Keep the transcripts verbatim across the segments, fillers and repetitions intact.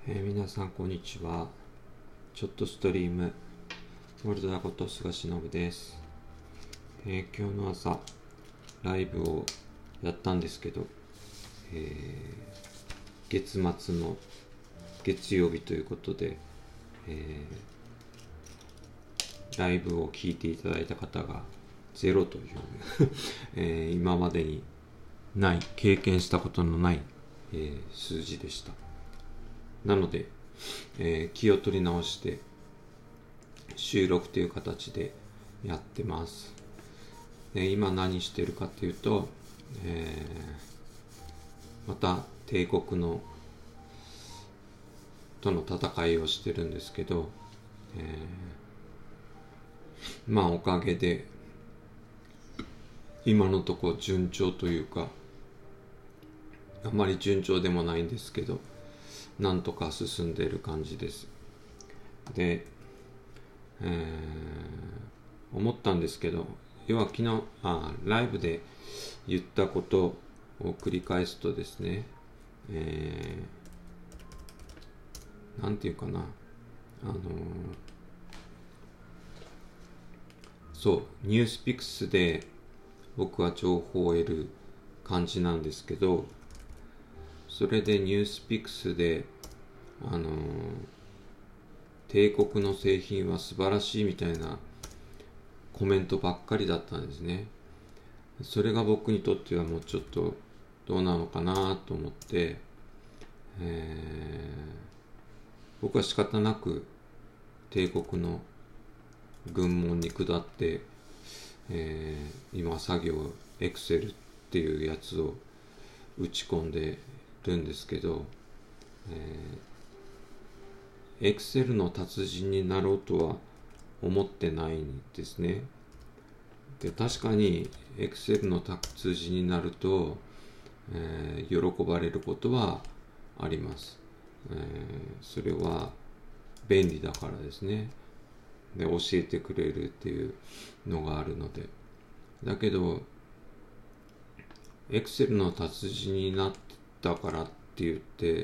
えー、皆さんこんにちは。ちょっとストリームウォルダこと菅忍です、えー、今日の朝ライブをやったんですけど、えー、月末の月曜日ということで、えー、ライブを聞いていただいた方がゼロという、えー、今までにない経験したことのない、えー、数字でした。なので、えー、気を取り直して収録という形でやってます。で今何してるかっていうと、えー、また帝国のとの戦いをしてるんですけど、えー、まあおかげで今のところ順調というか、あまり順調でもないんですけど、なんとか進んでいる感じです。で、えー、思ったんですけど、要は昨日あライブで言ったことを繰り返すとですね、えー、なんていうかな、あのー、そうニュースピックスで僕は情報を得る感じなんですけど、それでニュースピックスであのー、帝国の製品は素晴らしいみたいなコメントばっかりだったんですね。それが僕にとってはもうちょっとどうなのかなと思って、えー、僕は仕方なく帝国の軍門に下って、えー、今作業エクセルっていうやつを打ち込んでるんですけど、エクセルの達人になろうとは思ってないんですね。で確かにエクセルの達人になると、えー、喜ばれることはあります、えー、それは便利だからですね。で教えてくれるっていうのがあるので。だけどエクセルの達人になったからって言って、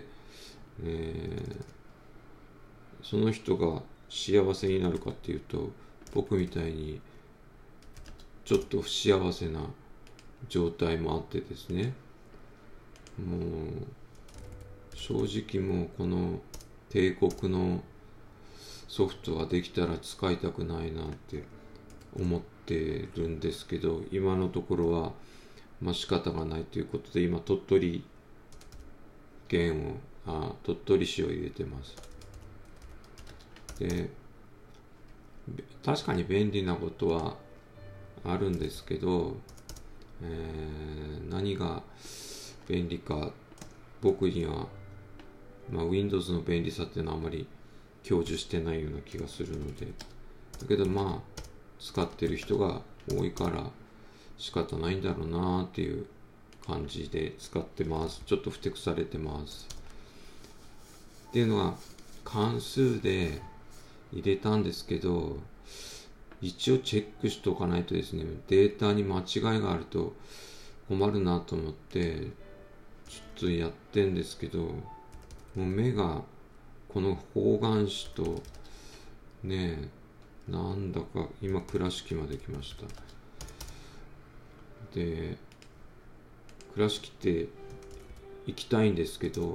えー、その人が幸せになるかっていうと、僕みたいにちょっと不幸せな状態もあってですね、もう正直もうこの帝国のソフトができたら使いたくないなって思ってるんですけど、今のところはまあ仕方がないということで、今鳥取県をあ鳥取市を入れてます。で確かに便利なことはあるんですけど、えー、何が便利か僕には、まあ、Windows の便利さっていうのはあまり享受してないような気がするので、だけどまあ使ってる人が多いから仕方ないんだろうなっていう感じで使ってます。ちょっとふてくされてますっていうのは関数で入れたんですけど、一応チェックしておかないとですね、データに間違いがあると困るなと思ってちょっとやってんですけど、もう目がこの方眼紙とねえ、なんだか今倉敷まで来ました。で倉敷って行きたいんですけど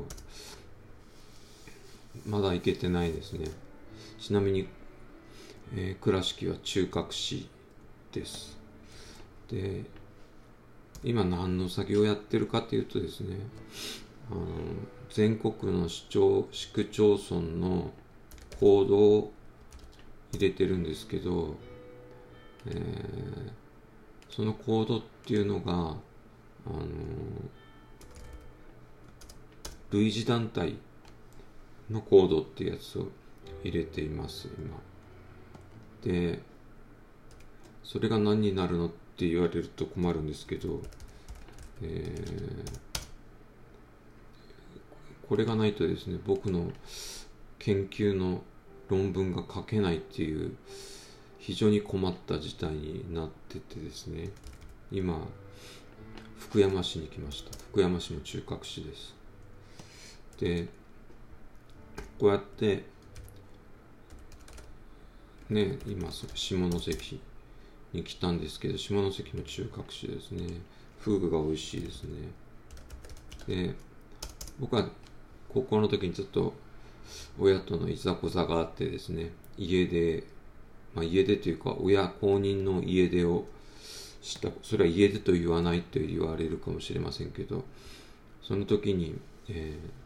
まだ行けてないですね。ちなみに、えー、倉敷は中核市です。で今何の作業をやってるかというとですね、あの全国の市町市区町村のコードを入れてるんですけど、えー、そのコードっていうのが、あの類似団体のコードっていうやつを入れています今で。それが何になるのって言われると困るんですけど、えー、これがないとですね、僕の研究の論文が書けないっていう非常に困った事態になっててですね、今福山市に来ました。福山市の中核市です。でこうやってね、今下関に来たんですけど、下関の中核市ですね。フグが美味しいですね。で、僕は高校の時にずっと親とのいざこざがあってですね、家出、まあ、家出というか親公認の家出をした、それは家出と言わないと言われるかもしれませんけど、その時に、えー、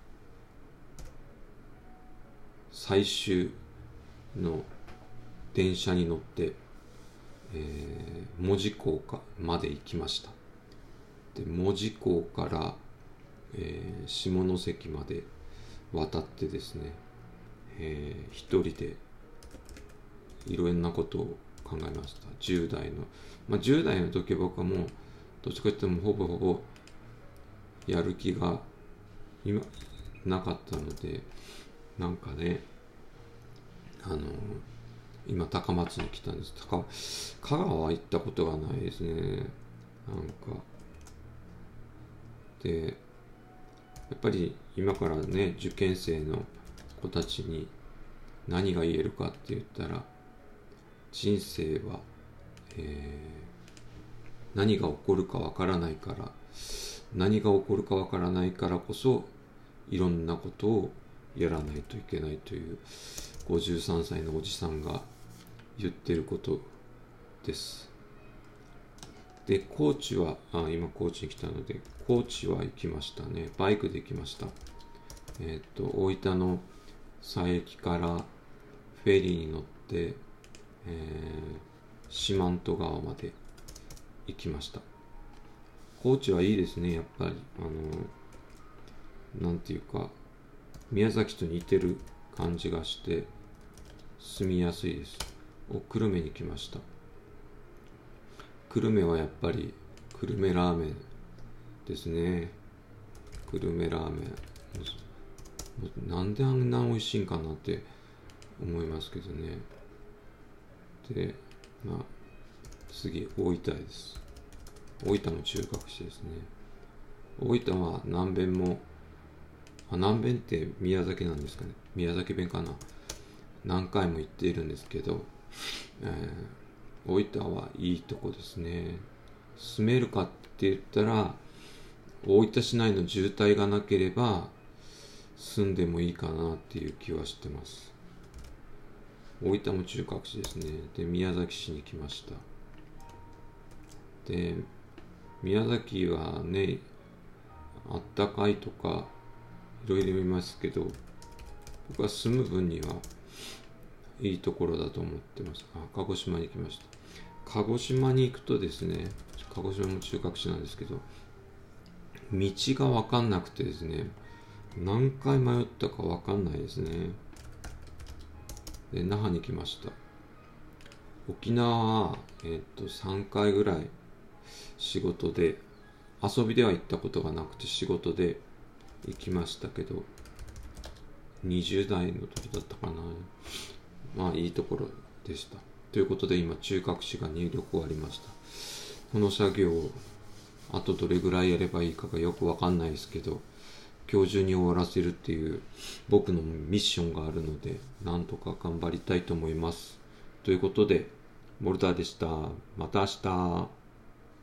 最終の電車に乗って、えー、門司港かまで行きました。で、門司港から、えー、下関まで渡ってですね、えー、一人でいろんなことを考えました。じゅう代の、まあ、じゅう代の時僕はもうどっちかというともうほぼほぼやる気が今なかったので、なんかね、あの今高松に来たんです。高香川は行ったことがないですね。なんかで、やっぱり今からね、受験生の子たちに何が言えるかって言ったら、人生は、えー、何が起こるかわからないから、何が起こるかわからないからこそいろんなことをやらないといけないというごじゅうさんさいのおじさんが言ってることです。で、高知は、あ、今高知に来たので、高知は行きましたね。バイクで行きました。えっと、大分の佐伯からフェリーに乗って、えー、四万十川まで行きました。高知はいいですね、やっぱり。あの、なんていうか、宮崎と似てる感じがして、住みやすいです。お、久留米に来ました。久留米はやっぱり、久留米ラーメンですね。久留米ラーメン。なんであんな美味しいんかなって思いますけどね。で、まあ、次、大分です。大分の中核市ですね。大分は南弁も、あ、南弁って宮崎なんですかね。宮崎弁かな。何回も言っているんですけど、えー、大分はいいとこですね。住めるかって言ったら、大分市内の渋滞がなければ住んでもいいかなっていう気はしてます。大分も中核市ですね。で、宮崎市に来ました。で、宮崎はね、あったかいとかいろいろ言いますけど、僕は住む分にはいいところだと思ってます。あ、鹿児島に来ました。鹿児島に行くとですね、鹿児島も中核市なんですけど、道が分かんなくてですね、何回迷ったか分かんないですね。で、那覇に来ました。沖縄は、えっと、さんかいぐらい仕事で、遊びでは行ったことがなくて仕事で行きましたけど、にじゅう代の時だったかな。まあいいところでした。ということで今中核市が入力終わりました。この作業をあとどれぐらいやればいいかがよくわかんないですけど、今日中に終わらせるっていう僕のミッションがあるので、なんとか頑張りたいと思います。ということで、モルターでした。また明日。